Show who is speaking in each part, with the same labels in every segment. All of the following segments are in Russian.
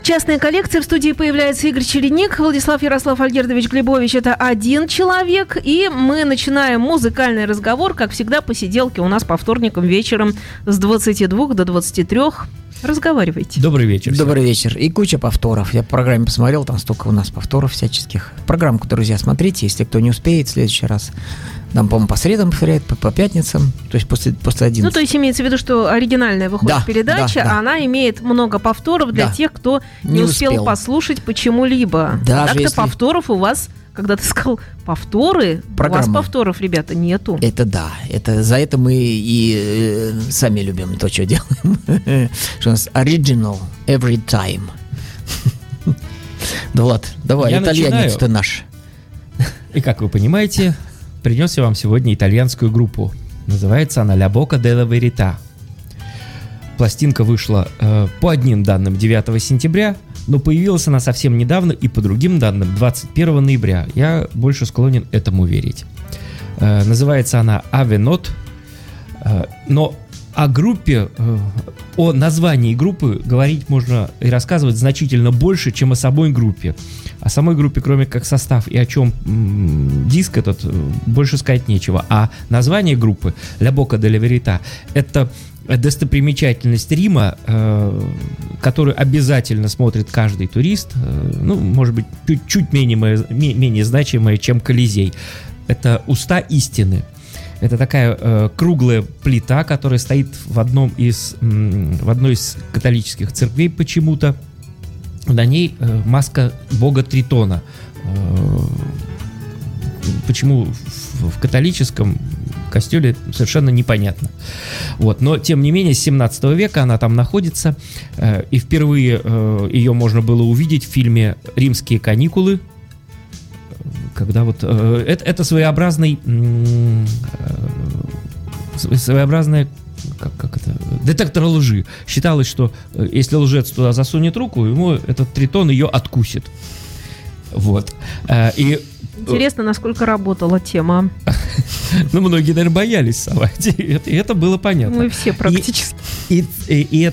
Speaker 1: Частная коллекция. В студии появляется Игорь Чередник, Владислав Ярослав Альгердович Глебович. Это один человек. И мы начинаем музыкальный разговор, как всегда, посиделки у нас по вторникам вечером с 22 до 23. Разговаривайте.
Speaker 2: Добрый вечер.
Speaker 3: Добрый вечер. И куча повторов. Я по программе посмотрел, там столько у нас повторов всяческих. Программку, друзья, смотрите, если кто не успеет в следующий раз. Там, по-моему, по средам повторяют, по пятницам, то есть после 11.
Speaker 1: Ну, то есть имеется в виду, что оригинальная выходит передача, а она имеет много повторов для тех, кто не успел послушать почему-либо. Так-то повторов у вас, когда ты сказал повторы, программа. У вас повторов, ребята, нету.
Speaker 3: Это да, за это мы и сами любим то, что делаем. Что у нас original every time. Да, Влад, давай, итальянец ты наш.
Speaker 2: И как вы понимаете, принес я вам сегодня итальянскую группу. Называется она «La Bocca della Verità». Пластинка вышла по одним данным 9 сентября, но появилась она совсем недавно и по другим данным 21 ноября. Я больше склонен этому верить. Называется она «Ave Not», но о группе, о названии группы говорить можно и рассказывать значительно больше, чем о самой группе. О самой группе, кроме как состав и о чем диск этот, больше сказать нечего. А название группы «La Bocca della Verità» — это достопримечательность Рима, которую обязательно смотрит каждый турист, ну, может быть, чуть менее значимая, чем Колизей. Это «Уста истины». Это такая круглая плита, которая стоит в одной из католических церквей почему-то. На ней маска бога Тритона. Почему в католическом костеле совершенно непонятно. Вот. Но, тем не менее, с 17 века она там находится. И впервые ее можно было увидеть в фильме «Римские каникулы». Когда вот это своеобразная как это, детектор лжи. Считалось, что если лжец туда засунет руку, ему этот Тритон ее откусит. Вот.
Speaker 1: Интересно, насколько работала тема.
Speaker 2: Ну, многие, наверное, боялись совать. И это было понятно.
Speaker 1: Мы все практически.
Speaker 2: И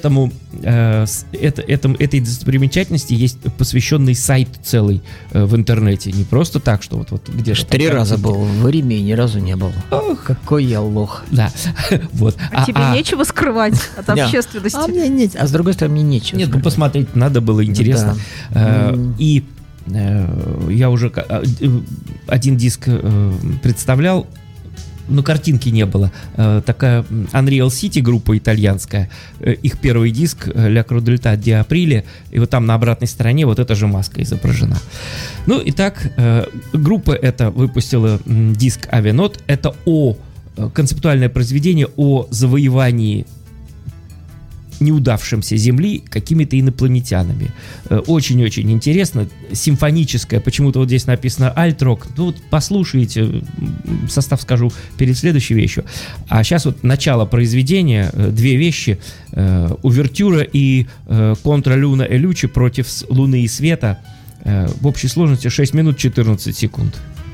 Speaker 2: этой достопримечательности есть посвященный сайт целый в интернете. Не просто так, что вот где-то.
Speaker 3: 3 раза был в Риме и ни разу не был. Ох, какой я лох.
Speaker 2: Да. Вот.
Speaker 1: А тебе нечего скрывать от общественности?
Speaker 3: А мне нет. А с другой стороны, мне нечего.
Speaker 2: Нет, ну посмотреть надо было, интересно. И я уже один диск представлял, но картинки не было. Такая Unreal City группа итальянская, их первый диск «La Crudeltà di Aprile», и вот там на обратной стороне вот эта же маска изображена. Ну, итак, группа эта выпустила диск «Ave Not». Это концептуальное произведение о завоевании неудавшимся Земли какими-то инопланетянами. Очень-очень интересно. Симфоническое. Почему-то вот здесь написано альт-рок. Ну вот послушайте. Состав скажу перед следующей вещью. А сейчас вот начало произведения. 2 вещи. Увертюра и «Контра Люна e Luce» против Луны и Света. В общей сложности 6 минут 14 секунд.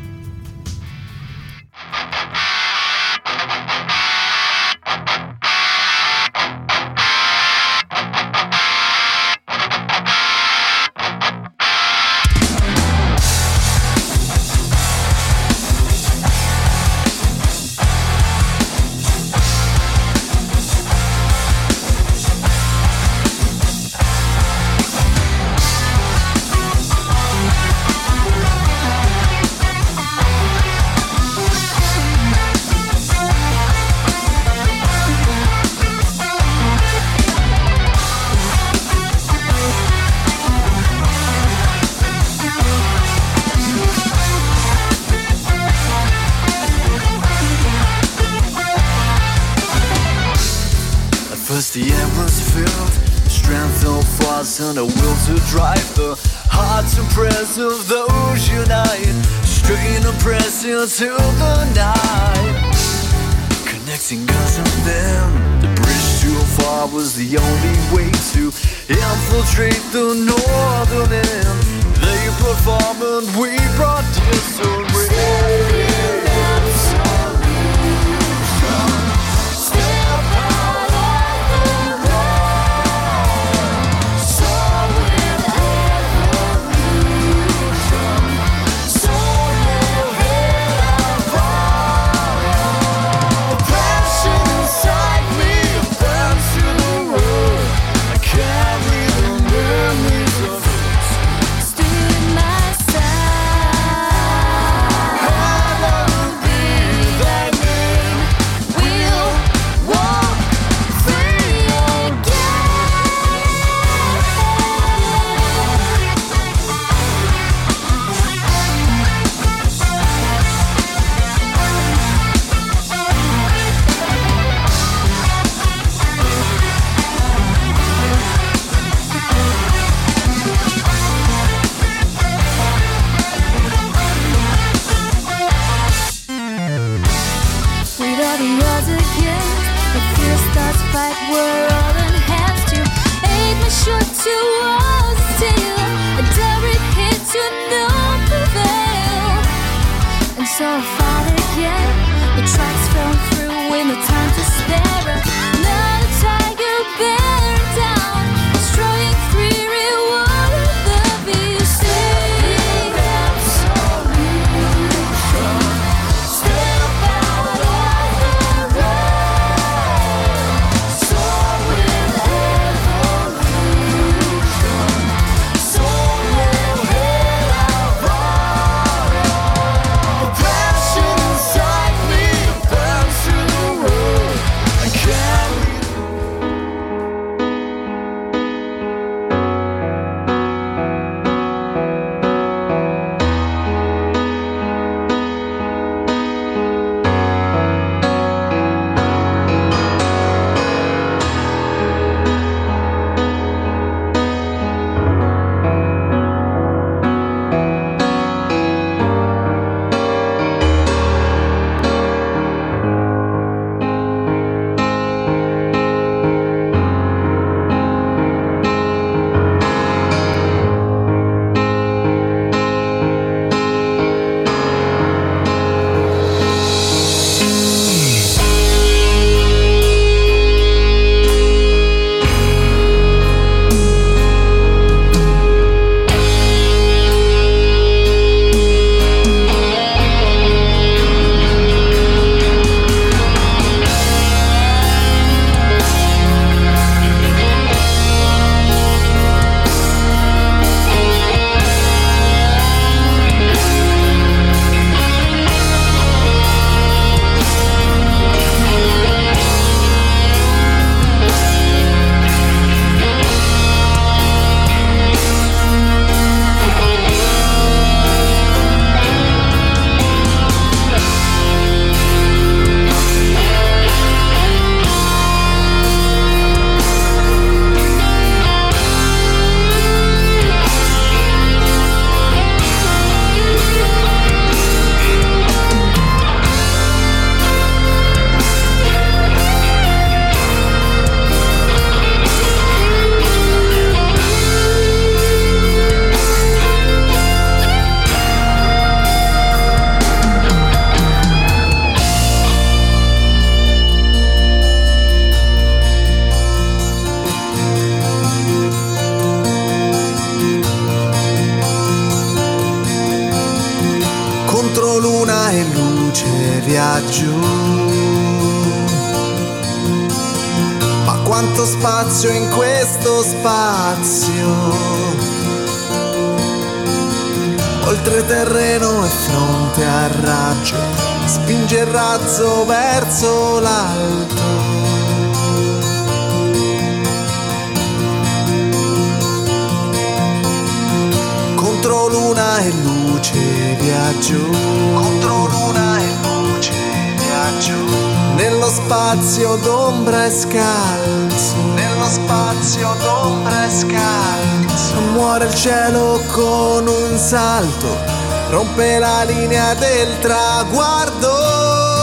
Speaker 4: The air was filled, strength of force and a will to drive the hearts and prayers of those unite, straight and pressing till the night, connecting us and them. The bridge too far was the only way to infiltrate the northern end. They brought farm and we brought disarray. Step out of the road, so without luce via giù. Ma quanto spazio in questo spazio, oltre terreno e fronte al raggio, spinge il razzo verso l'alto. Contro luna e luce via giù, contro luna e luce via giù, nello spazio d'ombra e scalzo, nello spazio d'ombra e scalzo. Muore il cielo con un salto, rompe la linea del traguardo.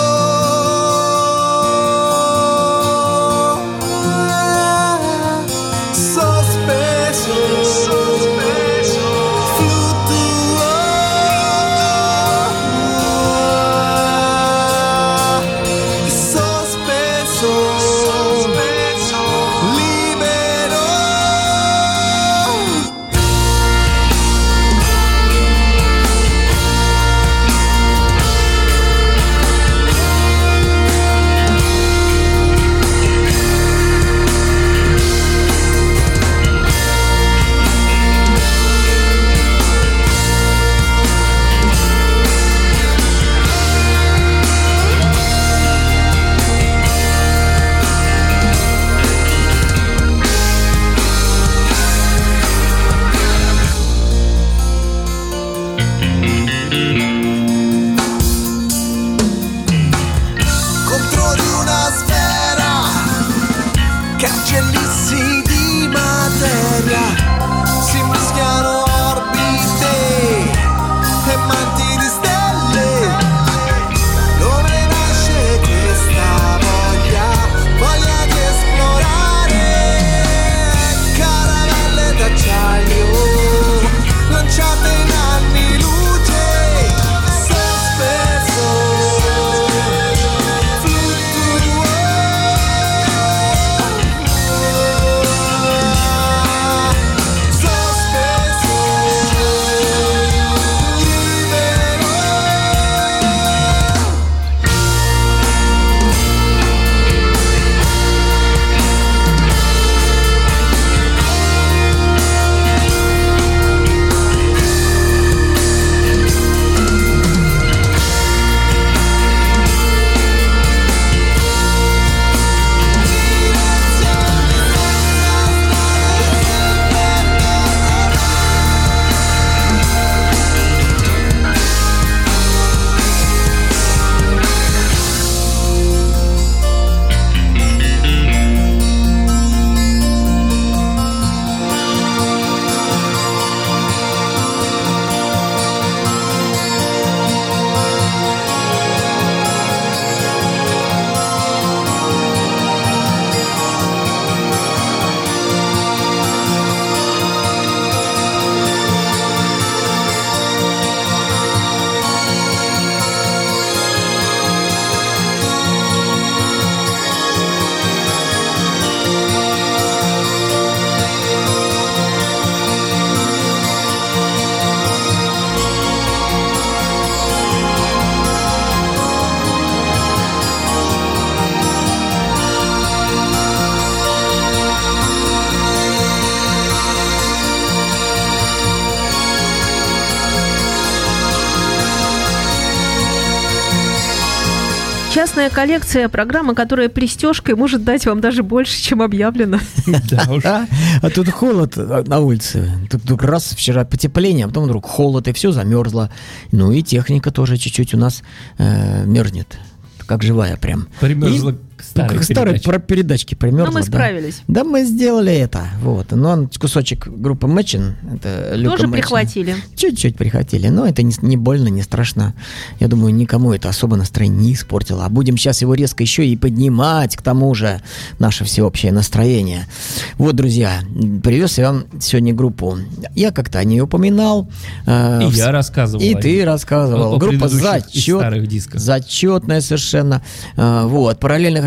Speaker 1: Частная коллекция, программа, которая пристежкой может дать вам даже больше, чем объявлено.
Speaker 2: Да уж.
Speaker 3: А тут холод на улице. Тут вдруг раз вчера потепление, а потом вдруг холод, и все замерзло. Ну и техника тоже чуть-чуть у нас мерзнет. Как живая прям.
Speaker 2: Примерзла к старой
Speaker 3: передачке примерзла.
Speaker 1: Но мы справились.
Speaker 3: Да, мы сделали это. Вот. Ну, кусочек группы Мэчин. Это
Speaker 1: тоже прихватили.
Speaker 3: Чуть-чуть прихватили. Но это не больно, не страшно. Я думаю, никому это особо настроение не испортило. А будем сейчас его резко еще и поднимать, к тому же, наше всеобщее настроение. Вот, друзья, привез я вам сегодня группу. Я как-то о ней упоминал.
Speaker 2: И я рассказывал.
Speaker 3: И ты рассказывал. Группа
Speaker 2: старых дисках.
Speaker 3: зачетная совершенно. Вот. Параллельно хочу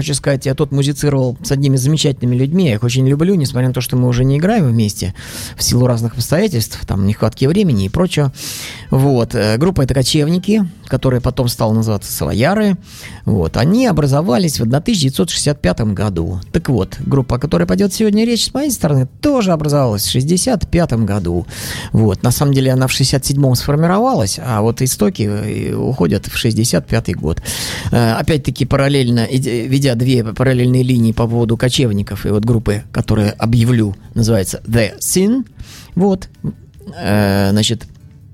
Speaker 3: хочу сказать, я тут музицировал с одними замечательными людьми, я их очень люблю, несмотря на то, что мы уже не играем вместе в силу разных обстоятельств, там, нехватки времени и прочее. Вот. Группа это «Кочевники», которая потом стала называться «Савояры». Вот. Они образовались в 1965 году. Так вот, группа, о которой пойдет сегодня речь с моей стороны, тоже образовалась в 1965 году. Вот. На самом деле она в 1967 сформировалась, а вот истоки уходят в 1965 год. Опять-таки параллельно, ведя две параллельные линии по поводу «Кочевников» и вот группы, которую объявлю, называется «The Sin». Вот. Значит,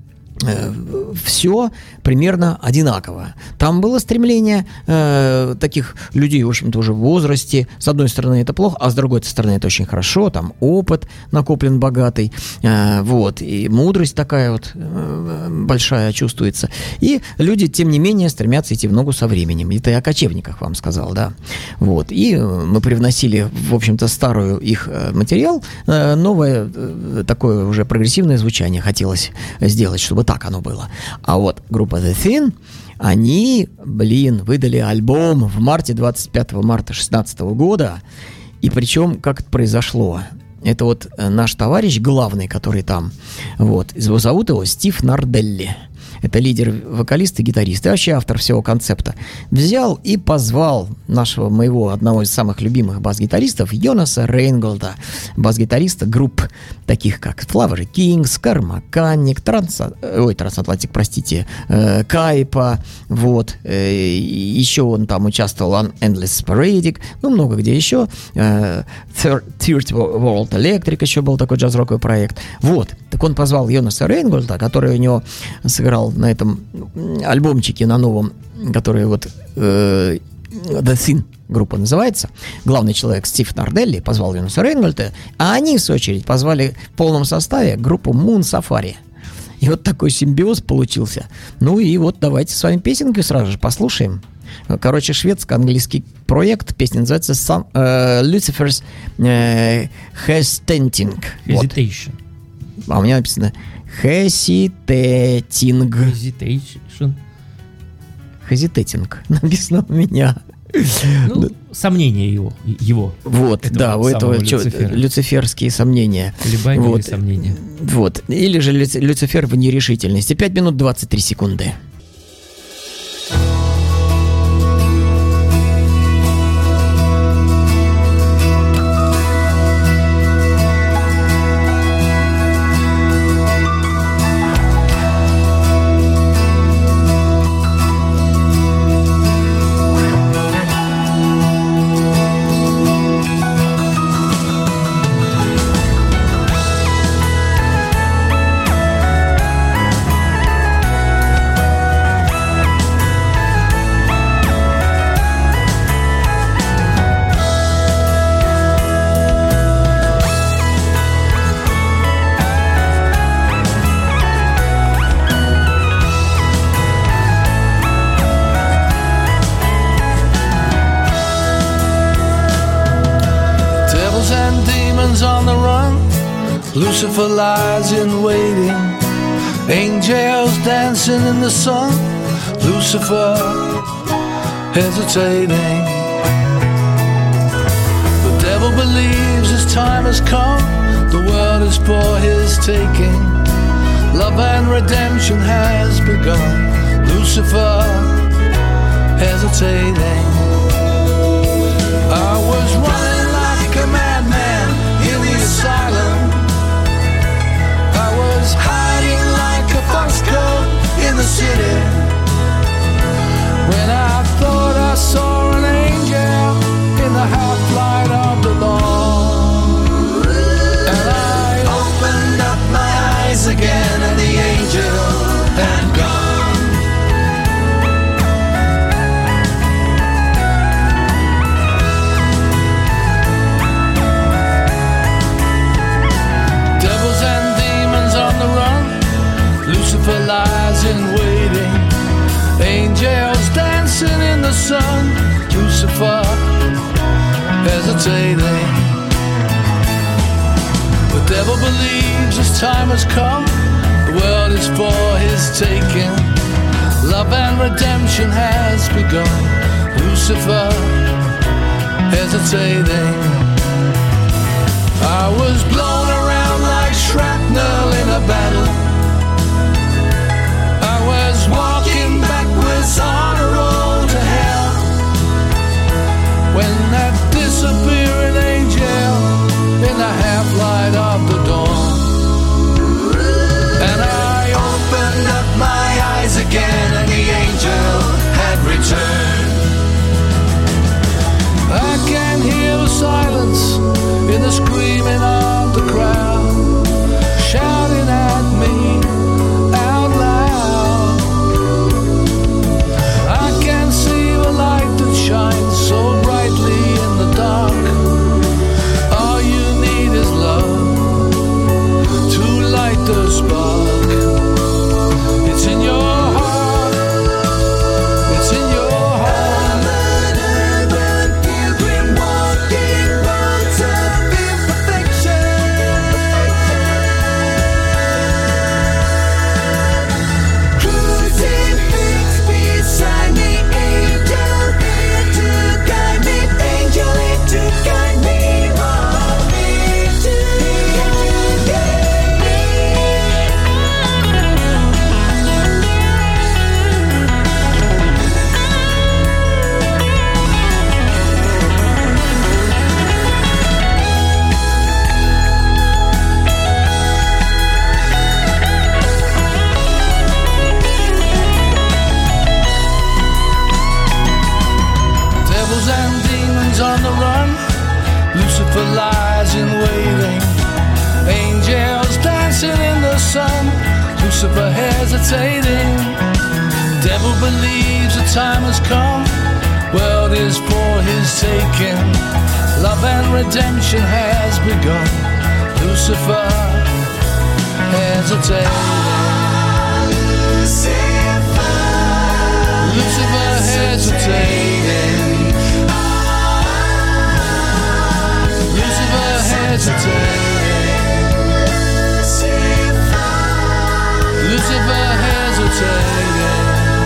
Speaker 3: все примерно одинаково. Там было стремление таких людей, в общем-то, уже в возрасте. С одной стороны, это плохо, а с другой стороны, это очень хорошо. Там опыт накоплен богатый. Вот. И мудрость такая вот большая чувствуется. И люди, тем не менее, стремятся идти в ногу со временем. Это я о «Кочевниках» вам сказал, да. Вот. И мы привносили, в общем-то, старую их материал. Новое такое уже прогрессивное звучание хотелось сделать, чтобы так оно было. А вот группа The Thin, они, выдали альбом в марте, 25 марта 2016 года. И причем, как это произошло? Это вот наш товарищ главный, который там, вот, зовут его Стив Нарделли. Это лидер, вокалист и гитарист, и вообще автор всего концепта. Взял и позвал моего одного из самых любимых бас-гитаристов Йонаса Рейнголда, бас-гитариста групп таких как Flowery Kings, Karma Mechanic, Transatlantic, простите, Кайпа, вот, еще он там участвовал в Endless Sporadic, ну, много где еще, Third World Electric еще был такой джаз-роковый проект, вот. Так он позвал Йонаса Рейнголда, который у него сыграл на этом альбомчике, на новом, который вот The Thin группа называется. Главный человек Стив Нарделли позвал Йонаса Рейнгольда, а они, в свою очередь, позвали в полном составе группу Moon Safari. И вот такой симбиоз получился. Ну и вот давайте с вами песенку сразу же послушаем. Короче, шведско-английский проект. Песня называется Lucifer's Hesitating.
Speaker 2: Hesitation.
Speaker 3: А у меня написано Hesitating.
Speaker 2: Hesitation.
Speaker 3: Написано у меня.
Speaker 2: Ну, сомнения его.
Speaker 3: Вот, да, у этого люциферские сомнения.
Speaker 2: Колебания или сомнения.
Speaker 3: Вот, или же Люцифер в нерешительности. 5 минут 23 секунды.
Speaker 4: Lucifer lies in waiting, angels dancing in the sun, Lucifer hesitating. The devil believes his time has come, the world is for his taking, love and redemption has begun, Lucifer hesitating. I was running like a madman in the asylum, hiding like a foxcode in the city, when I thought I saw an angel in the half-light of the dawn, and I opened up my eyes again and the angel had gone. Devils and demons on the run, Lucifer lies in waiting, angels dancing in the sun, Lucifer hesitating. The devil believes his time has come, the world is for his taking, love and redemption has begun, Lucifer
Speaker 5: hesitating. I was blown around like shrapnel in a battle. I was walking backwards on a road to hell when that disappearing angel in the half-light of the dawn. And I opened up my eyes again and the angel had returned. I can hear the silence in the screaming of the crowd, shouting at me out loud. I can see the light that shines so brightly in the dark. All you need is love to light the spark. It's in your heart. It's in your heart. I'm an urban pilgrim walking roads of imperfection. Crucifix beside me, angel here to guide me, angel here to guide me, oh, here to guide me. Devils and demons on the run, Lucifer lies in waiting. Angels dancing in the sun, Lucifer hesitating. Devil believes the time has come, world is for his taking. Love and redemption has begun, Lucifer hesitating. Lucifer hesitating. Lucifer hesitating. Lucifer hesitating.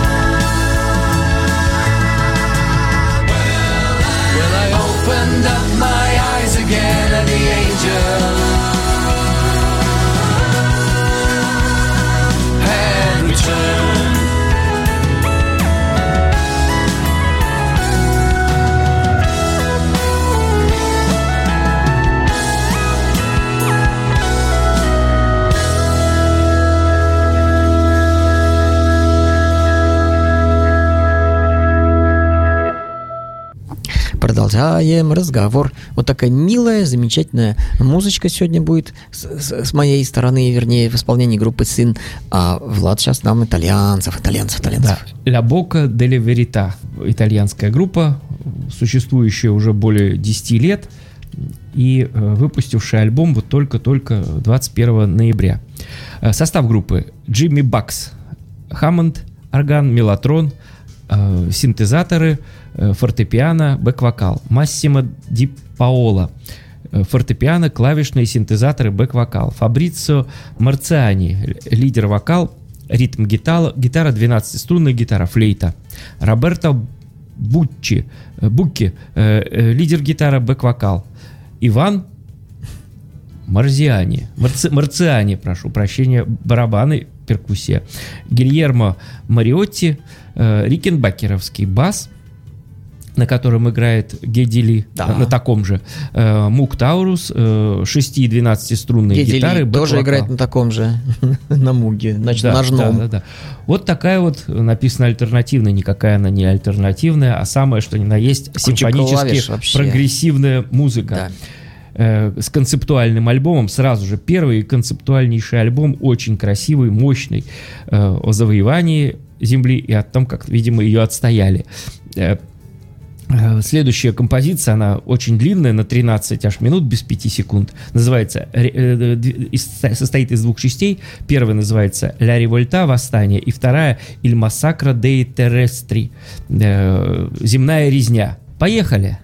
Speaker 5: Well, I opened up my eyes again and the angel had returned.
Speaker 3: Продолжаем разговор. Вот такая милая, замечательная музычка сегодня будет с моей стороны, вернее, в исполнении группы «Сын». А Влад сейчас нам итальянцев.
Speaker 2: Да. «La Bocca della Verità» – итальянская группа, существующая уже более 10 лет и выпустившая альбом вот только-только 21 ноября. Состав группы: Джимми Бакс, Хаммонд, орган, меллотрон, синтезаторы, фортепиано, бэк-вокал. Массимо Ди Паоло, фортепиано, клавишные синтезаторы, бэк-вокал. Фабрицио Марциани, лидер-вокал, ритм-гитара, 12-струнная гитара, флейта. Роберто Букки, лидер-гитара, бэк-вокал. Иван Марциани, прошу прощения, барабаны, перкуссия. Гильермо Мариотти, рикенбакеровский бас, на котором играет Гедели, на таком же. Мук Таурус, 6 и 12-струнные гитары.
Speaker 3: Гедели тоже играет на таком же, на муге, значит, ножном.
Speaker 2: Да. Вот такая вот, написано альтернативная, никакая она не альтернативная, а самое, что ни на есть, симфонически прогрессивная музыка. Да. С концептуальным альбомом, сразу же первый концептуальнейший альбом, очень красивый, мощный, о завоевании земли и о том, как, видимо, ее отстояли. Следующая композиция, она очень длинная, на 13 аж минут, без 5 секунд. Называется, состоит из двух частей. Первая называется «La Rivolta», «Восстание», и вторая «Il Massacro dei Terrestri», «Земная резня». Поехали!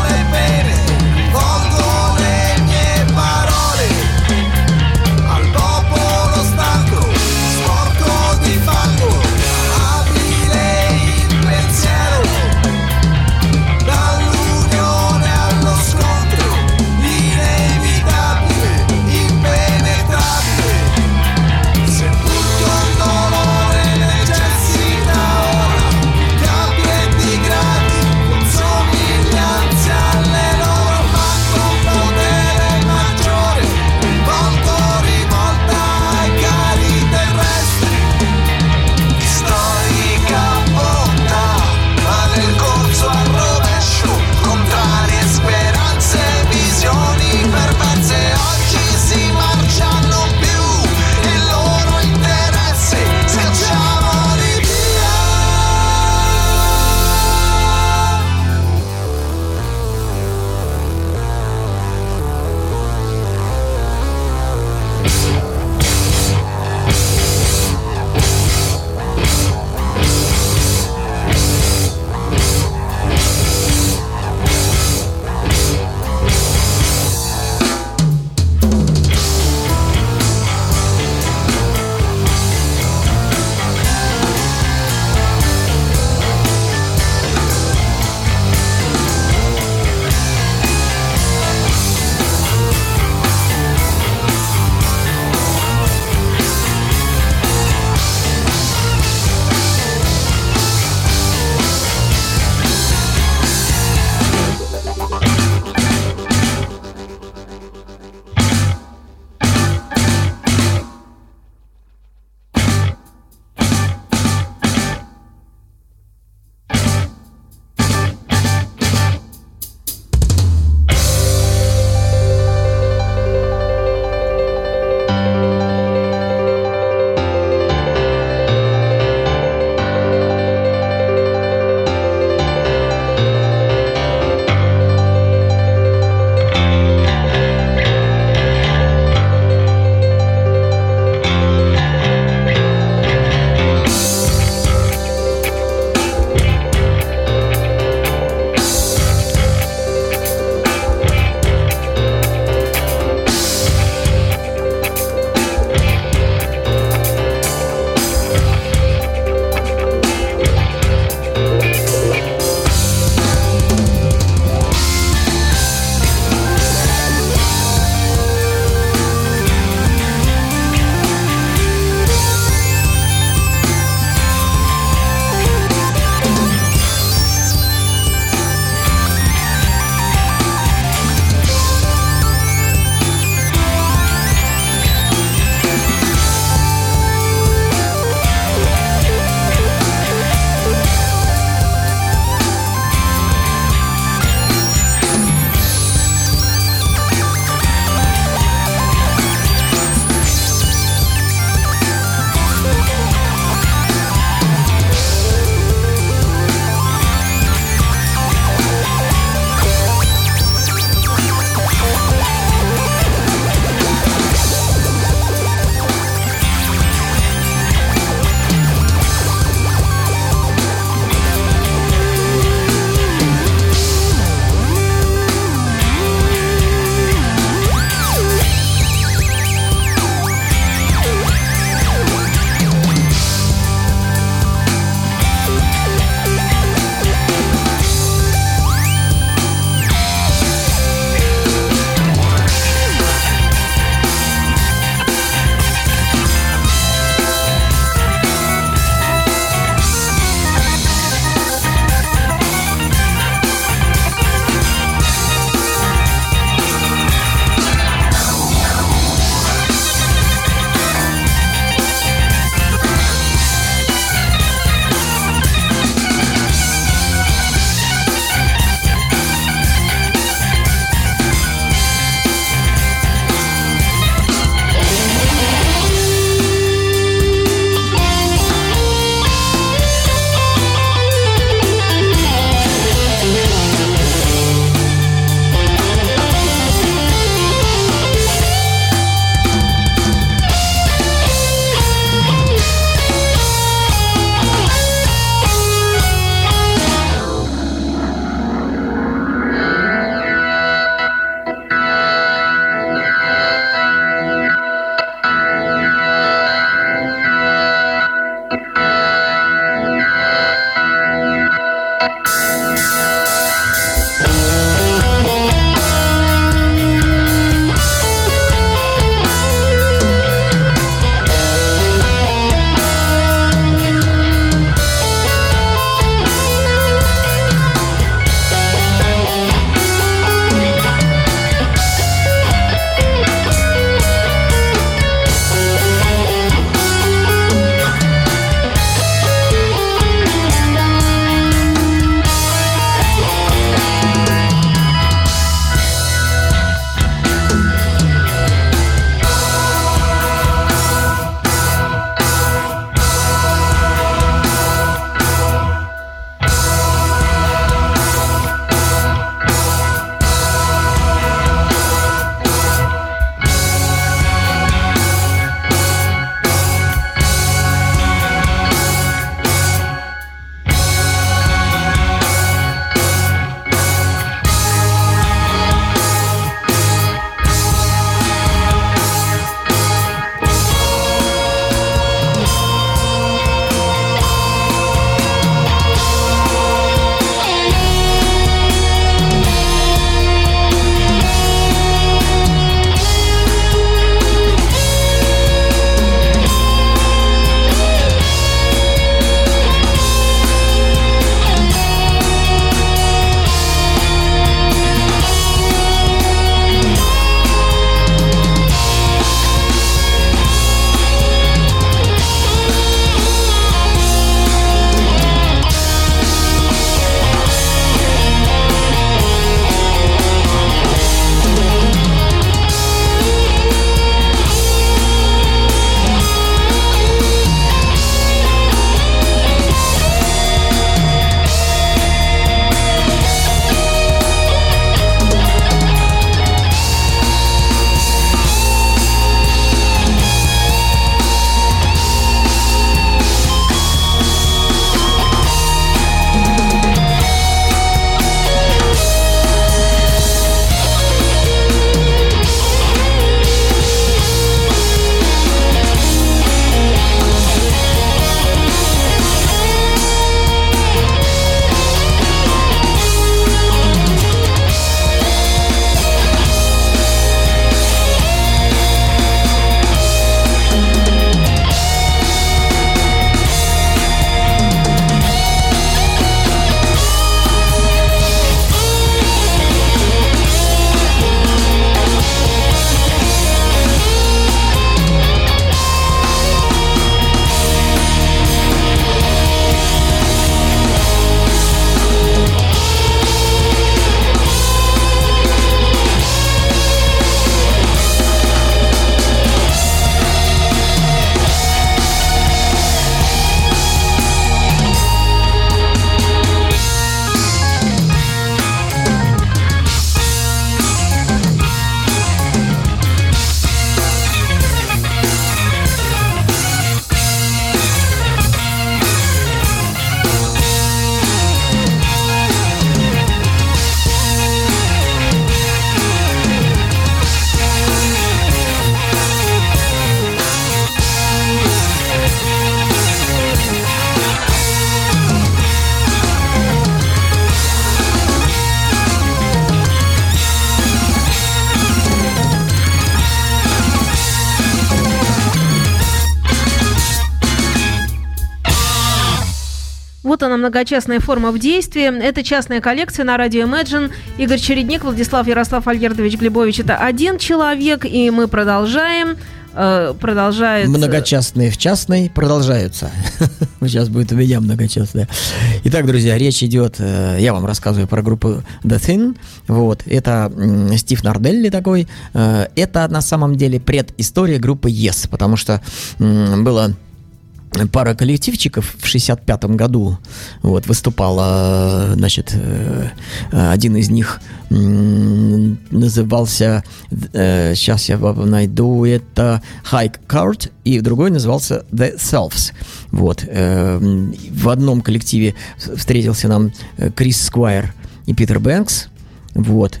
Speaker 1: Вот она, многочастная форма в действии. Это частная коллекция на радио Imagine. Игорь Чередник, Владислав Ярослав Альгердович Глебович. Это один человек, и мы продолжаем. Продолжается.
Speaker 3: Многочастные в частной продолжаются. Сейчас будет у меня многочастные. Итак, друзья, речь идет, я вам рассказываю про группу The Thin. Вот, это Стив Нарделли такой. Это на самом деле предыстория группы Yes, потому что было пара коллективчиков в 65-м году. Вот, выступала, значит, один из них назывался, сейчас я вам найду, это High Court, и другой назывался The Selves. Вот. В одном коллективе встретился нам Крис Сквайр и Питер Бэнкс. Вот.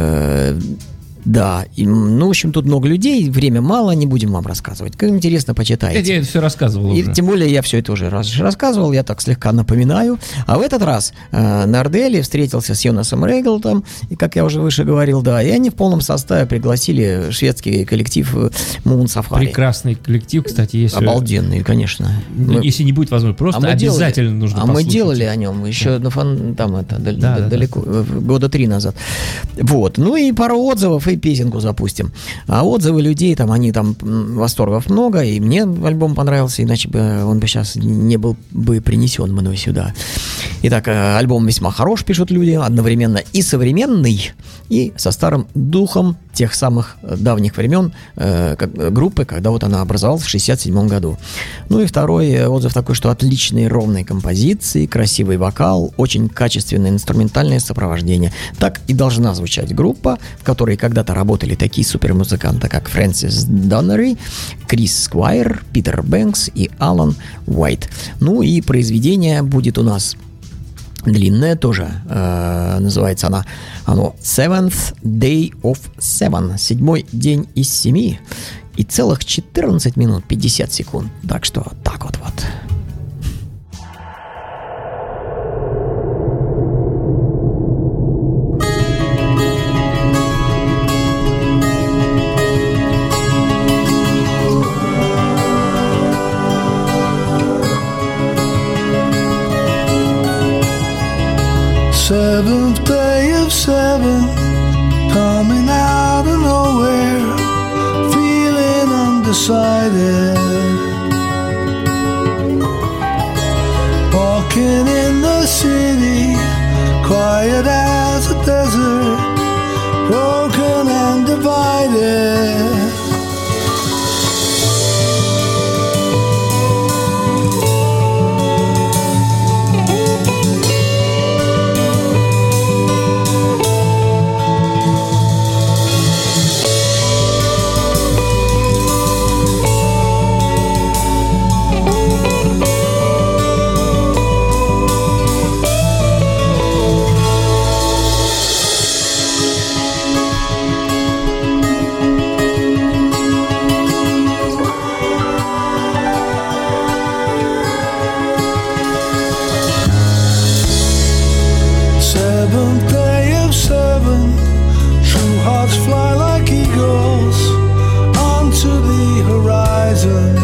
Speaker 3: Да, и, ну, в общем, тут много людей, время мало, не будем вам рассказывать. Как интересно, почитайте.
Speaker 2: Я это все рассказывал
Speaker 3: и
Speaker 2: уже.
Speaker 3: Тем более я все это уже рассказывал, я так слегка напоминаю. А в этот раз Нарделли встретился с Йонасом Рейглтом, и, как я уже выше говорил, да, и они в полном составе пригласили шведский коллектив Moon Safari.
Speaker 2: Прекрасный коллектив, кстати, если...
Speaker 3: Обалденный, конечно.
Speaker 2: Если не будет возможности, просто обязательно нужно послушать.
Speaker 3: Мы делали о нем еще далеко, года 3 назад. Вот, ну и пару отзывов, и песенку запустим. А отзывы людей, там, они там, восторгов много, и мне альбом понравился, иначе бы он бы сейчас не был бы принесен мной сюда. Итак, альбом весьма хорош, пишут люди, одновременно и современный, и со старым духом тех самых давних времен группы, когда вот она образовалась в 67 году. Ну и второй отзыв такой, что отличные ровные композиции, красивый вокал, очень качественное инструментальное сопровождение. Так и должна звучать группа, в которой когда-то работали такие супермузыканты, как Фрэнсис Доннери, Крис Сквайр, Питер Бэнкс и Алан Уайт. Ну и произведение будет у нас длинная тоже, называется оно Seventh Day of Seven, 7-й день из 7, и целых 14 минут 50 секунд. Так что так вот.
Speaker 5: Seventh day of 7, coming out of nowhere, feeling undecided, walking in the city, quiet as a desert, broken and divided. Seventh day of 7, true hearts fly like eagles onto the horizon,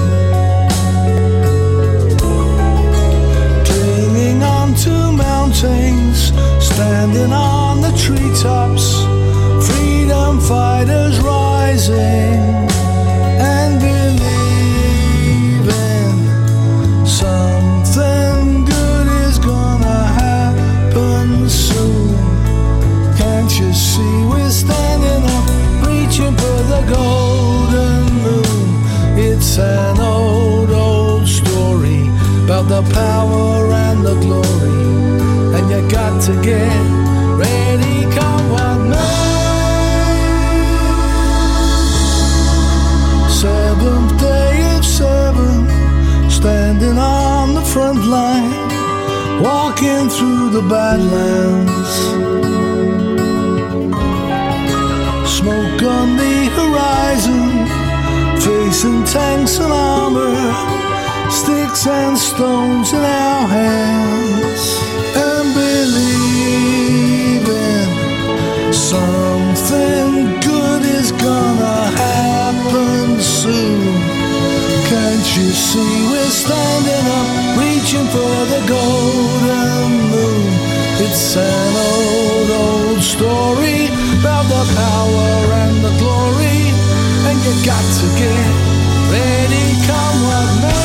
Speaker 5: clinging onto mountains, standing on the treetops, freedom fighters rising and believing something good is gonna happen soon. Can't you see we're standing up, reaching for the golden moon? It's an old story about the power and the glory, and you got to get ready, come what may. Seventh day of 7, standing on the front line, walking through the Badlands, smoke on the horizon, facing tanks and armor, sticks and stones in our hands, and believing something good is gonna happen soon. Can't you see we're standing up, reaching for the gold? It's an old story about the power and the glory, and you got to get ready, come what may.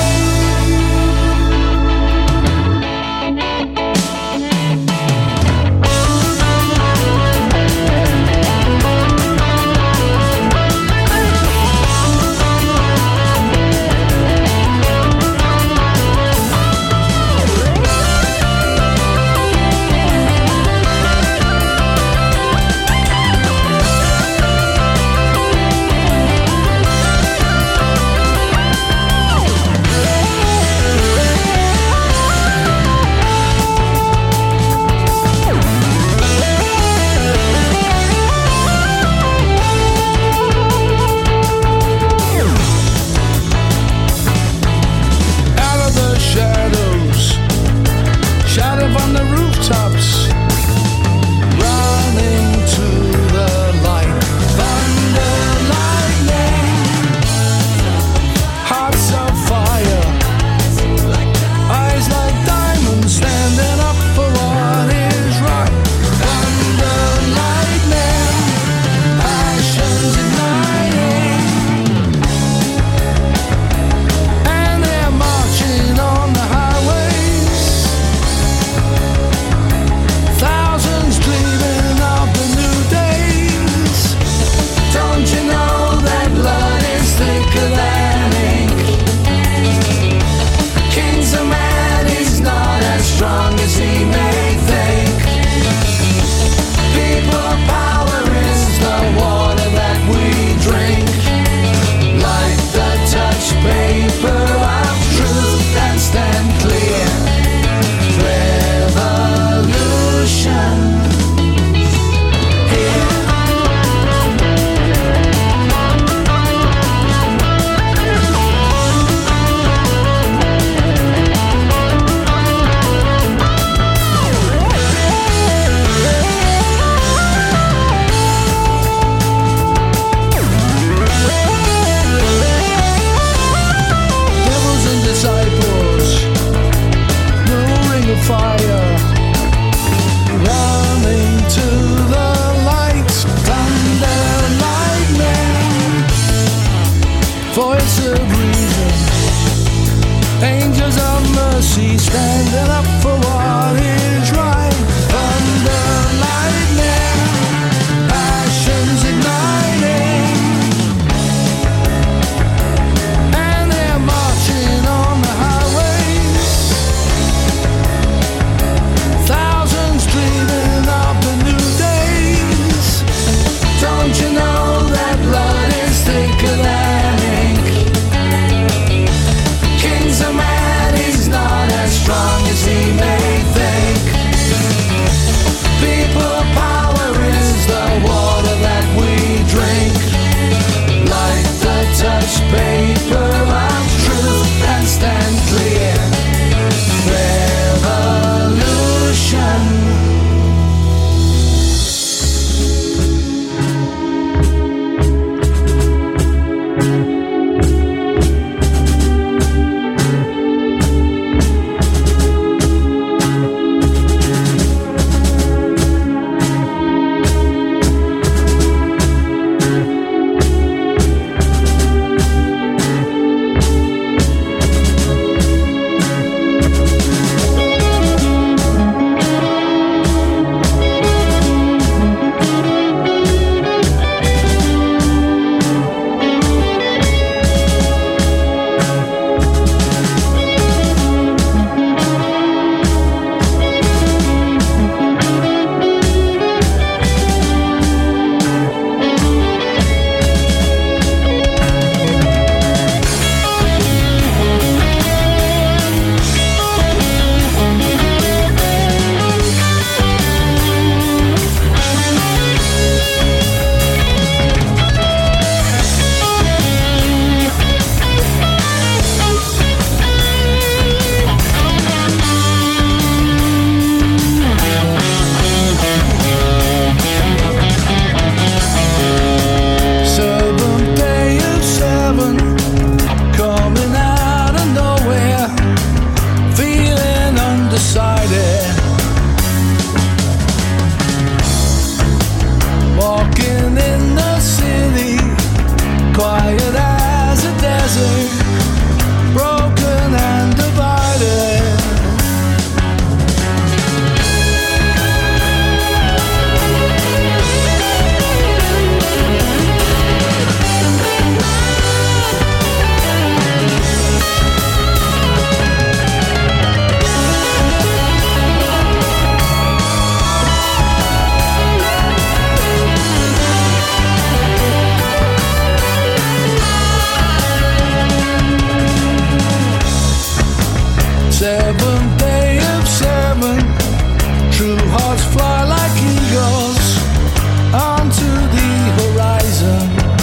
Speaker 5: thoughts fly like eagles onto the horizon,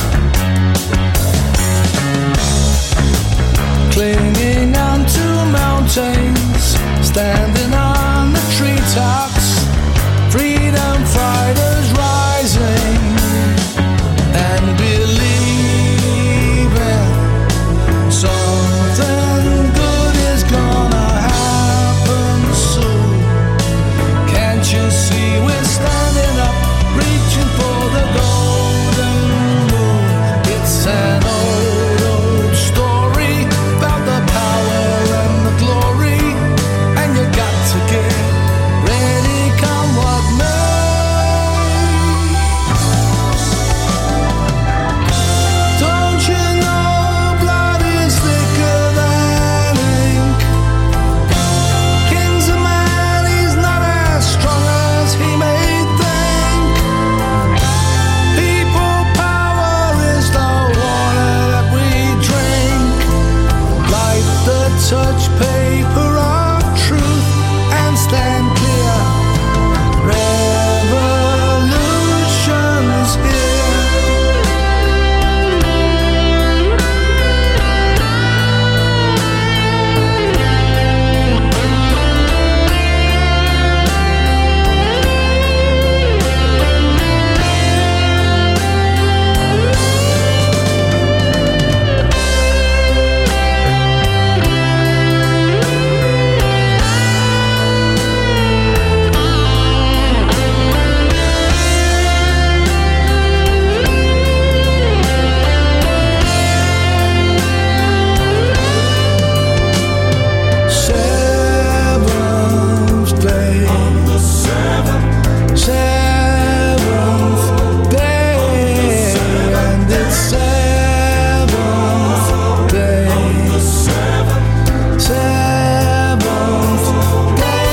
Speaker 5: clinging onto mountains, standing on the treetops, freedom fighters rising and believing something good is gonna happen soon. Can't you see we're standing up, reaching for the golden moon? It's an old story about the power and the glory, and you got to get ready, come what may. Don't you know blood is thicker than ink? King's a man, he's not as strong as he may think. People power is the water that we drink. Light the touch paper of truth and stand clear. Revolution's here. Seventh day. Seventh day. And it's seventh day. Seventh day.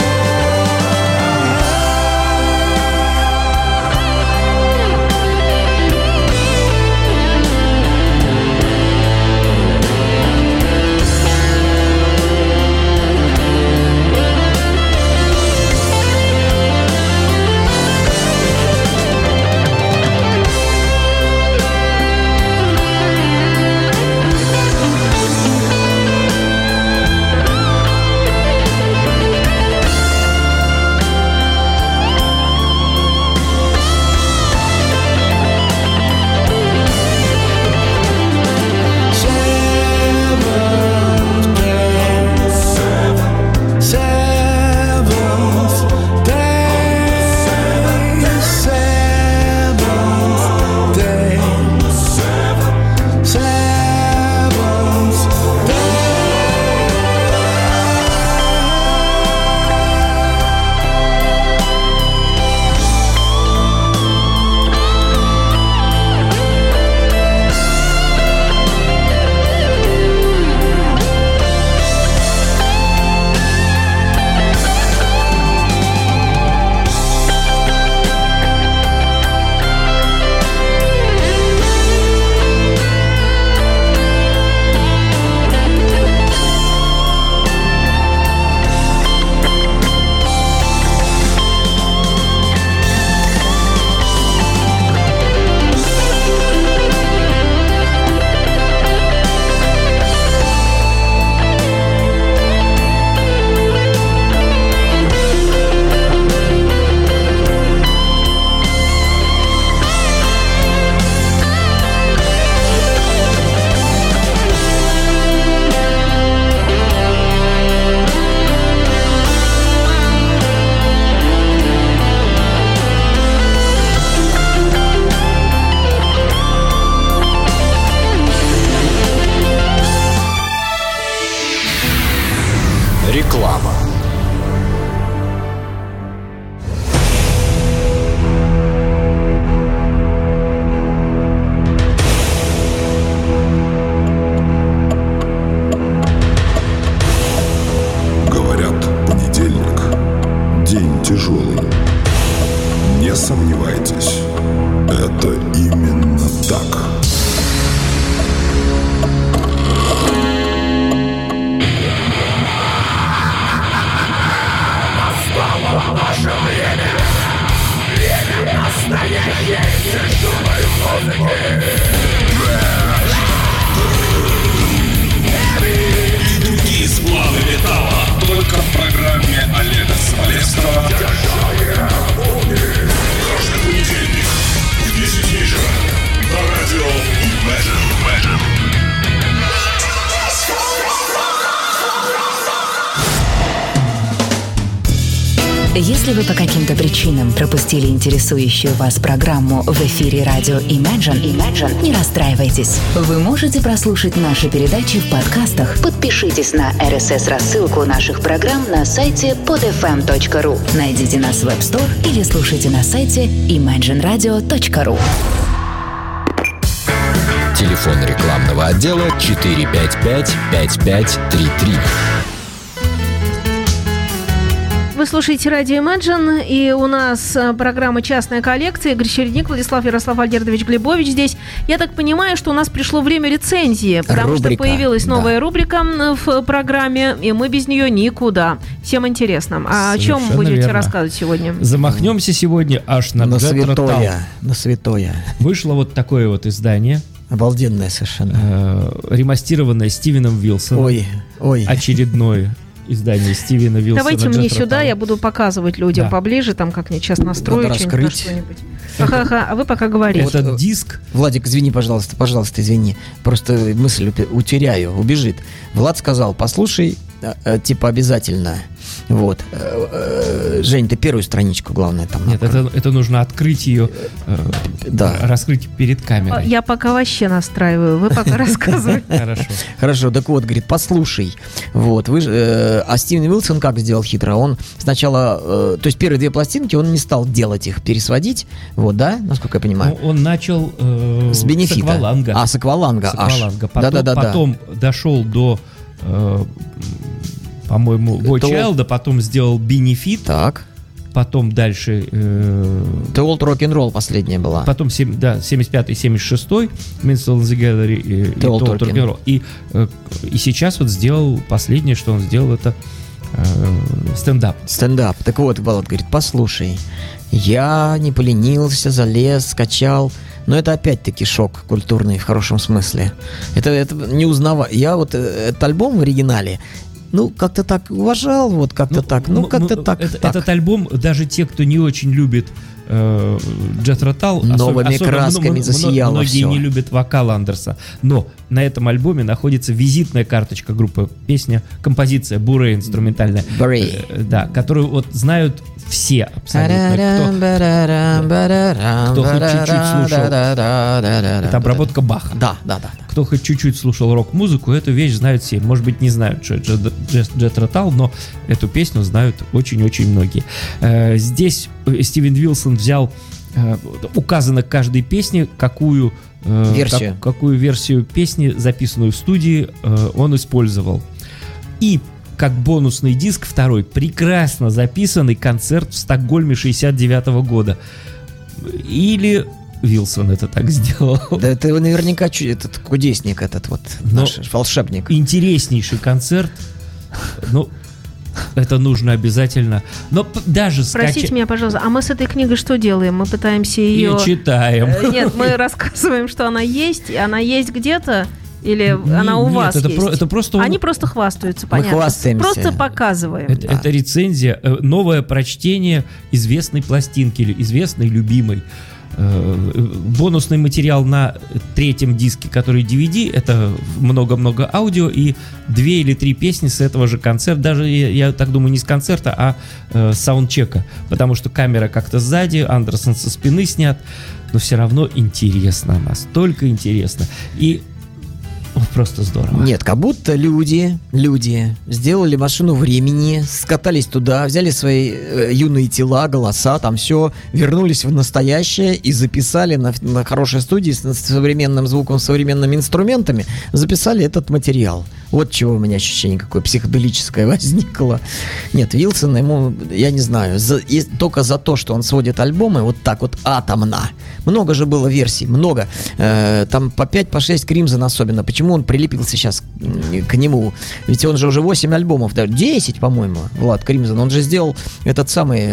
Speaker 6: Реклама.
Speaker 7: Говорят, понедельник – день тяжелый. Не сомневайтесь, это именно так.
Speaker 8: Настала ночь.
Speaker 7: И другие сплавы металла только в программе Олега Смолевского. Каждый понедельник в 10 вечера на радио Imagine.
Speaker 6: Если вы по каким-то причинам пропустили интересующую вас программу в эфире радио Imagine, не расстраивайтесь. Вы можете прослушать наши передачи в подкастах. Подпишитесь на RSS-рассылку наших программ на сайте podfm.ru. Найдите нас в App Store или слушайте на сайте imagineradio.ru.
Speaker 8: Телефон рекламного отдела 455-5533.
Speaker 1: Вы слушаете радио Imagine, и у нас программа «Частная коллекция». Игорь Чередник, Владислав Ярослав Альгердович Глебович здесь. Я так понимаю, что у нас пришло время рецензии, потому что появилась новая рубрика в программе, и мы без нее никуда. Всем интересно. А о чем будете рассказывать сегодня?
Speaker 2: Замахнемся сегодня аж на
Speaker 3: святое.
Speaker 2: Вышло вот такое вот издание.
Speaker 3: Обалденное совершенно.
Speaker 2: Ремастированное Стивеном Вилсоном.
Speaker 3: Ой.
Speaker 2: Очередное издание Стивена Вилсона.
Speaker 1: Давайте мне сюда, я буду показывать людям поближе, там как-нибудь сейчас настрою что-нибудь. А вы пока говорите.
Speaker 2: Этот диск...
Speaker 3: Владик, извини, пожалуйста, извини. Просто мысль утеряю, убежит. Влад сказал, послушай, типа обязательно. Вот. Жень, ты первую страничку, главное, там.
Speaker 2: Нет, это нужно открыть ее, раскрыть перед камерой.
Speaker 1: Я пока вообще настраиваю, вы пока рассказывайте.
Speaker 3: Хорошо, так вот, говорит, послушай. Вот, а Стивен Уилсон как сделал хитро? Он сначала, то есть первые две пластинки, он не стал делать их, пересводить, вот, да, насколько я понимаю?
Speaker 2: Он начал
Speaker 3: с бенефита.
Speaker 2: С акваланга.
Speaker 3: С акваланга.
Speaker 2: Потом дошел до... по-моему, Boy Child, потом сделал Benefit.
Speaker 3: Так.
Speaker 2: Потом дальше...
Speaker 3: The Old Rock'n'Roll последняя была.
Speaker 2: Потом, 75-й, 76-й, Minstrel in the Gallery и The Old Rock'n'Roll. И сейчас вот сделал последнее, что он сделал, это стендап.
Speaker 3: Стендап. Так вот, Влад говорит, послушай, я не поленился, залез, скачал. Но это опять-таки шок культурный в хорошем смысле. Это не узнавать. Я вот этот альбом в оригинале, как-то так уважал, вот как-то так.
Speaker 2: Этот альбом, даже те, кто не очень любит Джethro Tull,
Speaker 3: новыми красками засияло
Speaker 2: многие
Speaker 3: все.
Speaker 2: Не любят вокал Андерса. Но на этом альбоме находится визитная карточка группы, песня, композиция Буре инструментальная, да, которую вот знают все абсолютно. Кто хоть чуть-чуть слушал. Это обработка Баха.
Speaker 3: Да.
Speaker 2: Кто хоть чуть-чуть слушал рок-музыку, эту вещь знают все. Может быть, не знают Джethro Tull, но эту песню знают очень-очень многие. Здесь Стивен Вилсон взял, указано к каждой песне, какую версию песни, записанную в студии, он использовал. И как бонусный диск второй, прекрасно записанный концерт в Стокгольме 69-го года. Или Вилсон это так сделал.
Speaker 3: Да это наверняка этот кудесник, этот вот наш волшебник.
Speaker 2: Интереснейший концерт. Это нужно обязательно. Но даже
Speaker 1: Простите меня, пожалуйста, а мы с этой книгой что делаем? Мы пытаемся ее...
Speaker 2: И читаем.
Speaker 1: Нет, мы рассказываем, что она есть, и она есть где-то. Или она у вас есть?
Speaker 2: Это просто...
Speaker 1: Они просто хвастаются, понятно.
Speaker 3: Мы хвастаемся.
Speaker 1: Просто показываем.
Speaker 2: Это рецензия, новое прочтение известной пластинки или известной любимой. Бонусный материал на третьем диске, который DVD, это много-много аудио и 2 или 3 песни с этого же концерта, даже, я так думаю, не с концерта, а с саундчека, потому что камера как-то сзади, Андерсон со спины снят, но все равно интересно, настолько интересно. И просто здорово.
Speaker 3: Нет, как будто люди сделали машину времени, скатались туда, взяли свои юные тела, голоса, там все, вернулись в настоящее и записали на хорошей студии с современным звуком, современными инструментами, записали этот материал. Вот чего у меня ощущение какое психоделическое возникло. Нет, Вилсон ему, я не знаю, только за то, что он сводит альбомы вот так вот атомно. Много же было версий, много. Там по 5, по 6 Crimson особенно. Почему он прилепился сейчас к нему? Ведь он же уже 8 альбомов, даже 10, по-моему, Влад Crimson. Он же сделал этот самый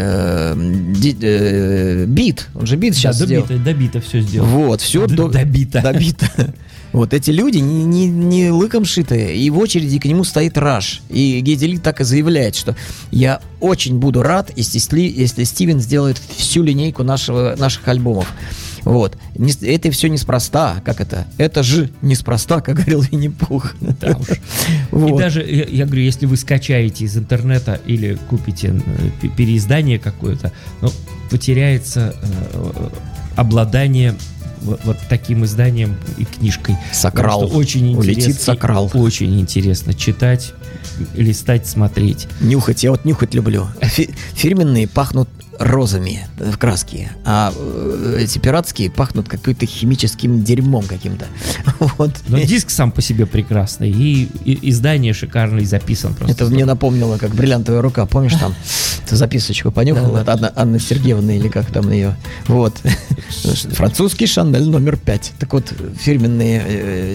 Speaker 3: бит. Он же бит сейчас сделал.
Speaker 2: Добито все сделал.
Speaker 3: Вот, все добито. Вот эти люди не лыком шитые, и в очереди к нему стоит Rush. И Geddy Lee так и заявляет, что я очень буду рад, если Стивен сделает всю линейку наших альбомов. Вот. Это все неспроста, как это? Это же неспроста, как говорил Винни-Пух.
Speaker 2: Да уж.
Speaker 3: Вот.
Speaker 2: И даже, я говорю, если вы скачаете из интернета или купите переиздание какое-то, потеряется обладание вот таким изданием и книжкой.
Speaker 3: Сакрал.
Speaker 2: Очень
Speaker 3: улетит Сакрал.
Speaker 2: Очень интересно читать, листать, смотреть.
Speaker 3: Нюхать. Я вот нюхать люблю. Фирменные пахнут розами в краске, а эти пиратские пахнут каким-то химическим дерьмом каким-то. Вот.
Speaker 2: Но диск сам по себе прекрасный, и издание шикарно, и записан просто.
Speaker 3: Это мне напомнило, как «Бриллиантовая рука». Помнишь, там ты записочку понюхал от Анны Сергеевны, или как там ее? Вот. Французский Шанель номер 5. Так вот, фирменные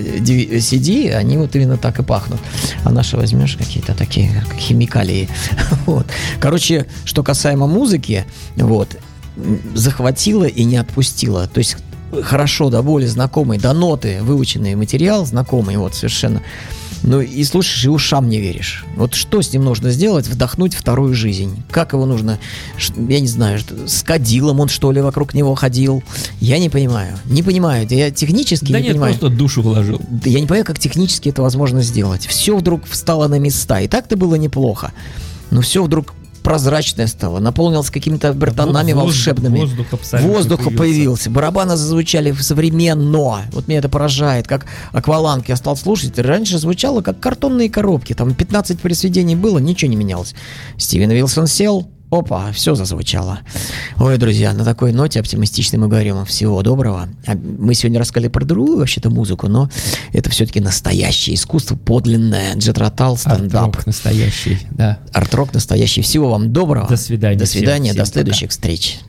Speaker 3: CD, они вот именно так и пахнут. А наши возьмешь какие-то такие химикалии. Вот. Короче, что касаемо музыки, вот, захватила и не отпустила. То есть хорошо, до боли знакомый, до ноты выученный материал, знакомый, вот, совершенно. Ну, и слушаешь, и ушам не веришь. Вот что с ним нужно сделать? Вдохнуть вторую жизнь. Как его нужно, я не знаю, с кадилом он, что ли, вокруг него ходил? Я не понимаю. Не понимаю. Я технически не понимаю.
Speaker 2: Да нет, просто душу вложил.
Speaker 3: Я не понимаю, как технически это возможно сделать. Все вдруг встало на места. И так-то было неплохо. Но все вдруг прозрачное стало, наполнилось какими-то тонами волшебными. Воздух появился. Барабаны зазвучали современно. Вот меня это поражает. Как акваланг я стал слушать. Раньше звучало как картонные коробки. Там 15 произведений было, ничего не менялось. Стивен Вилсон сел, опа, все зазвучало. Ой, друзья, на такой ноте оптимистичной мы говорим всего доброго. Мы сегодня рассказали про другую вообще-то музыку, но это все-таки настоящее искусство, подлинное. Джет Ротал, стендап.
Speaker 2: Арт-рок настоящий, да.
Speaker 3: Арт-рок настоящий. Всего вам доброго.
Speaker 2: До свидания.
Speaker 3: До свидания,
Speaker 2: всем
Speaker 3: до следующих
Speaker 2: пока.
Speaker 3: встреч.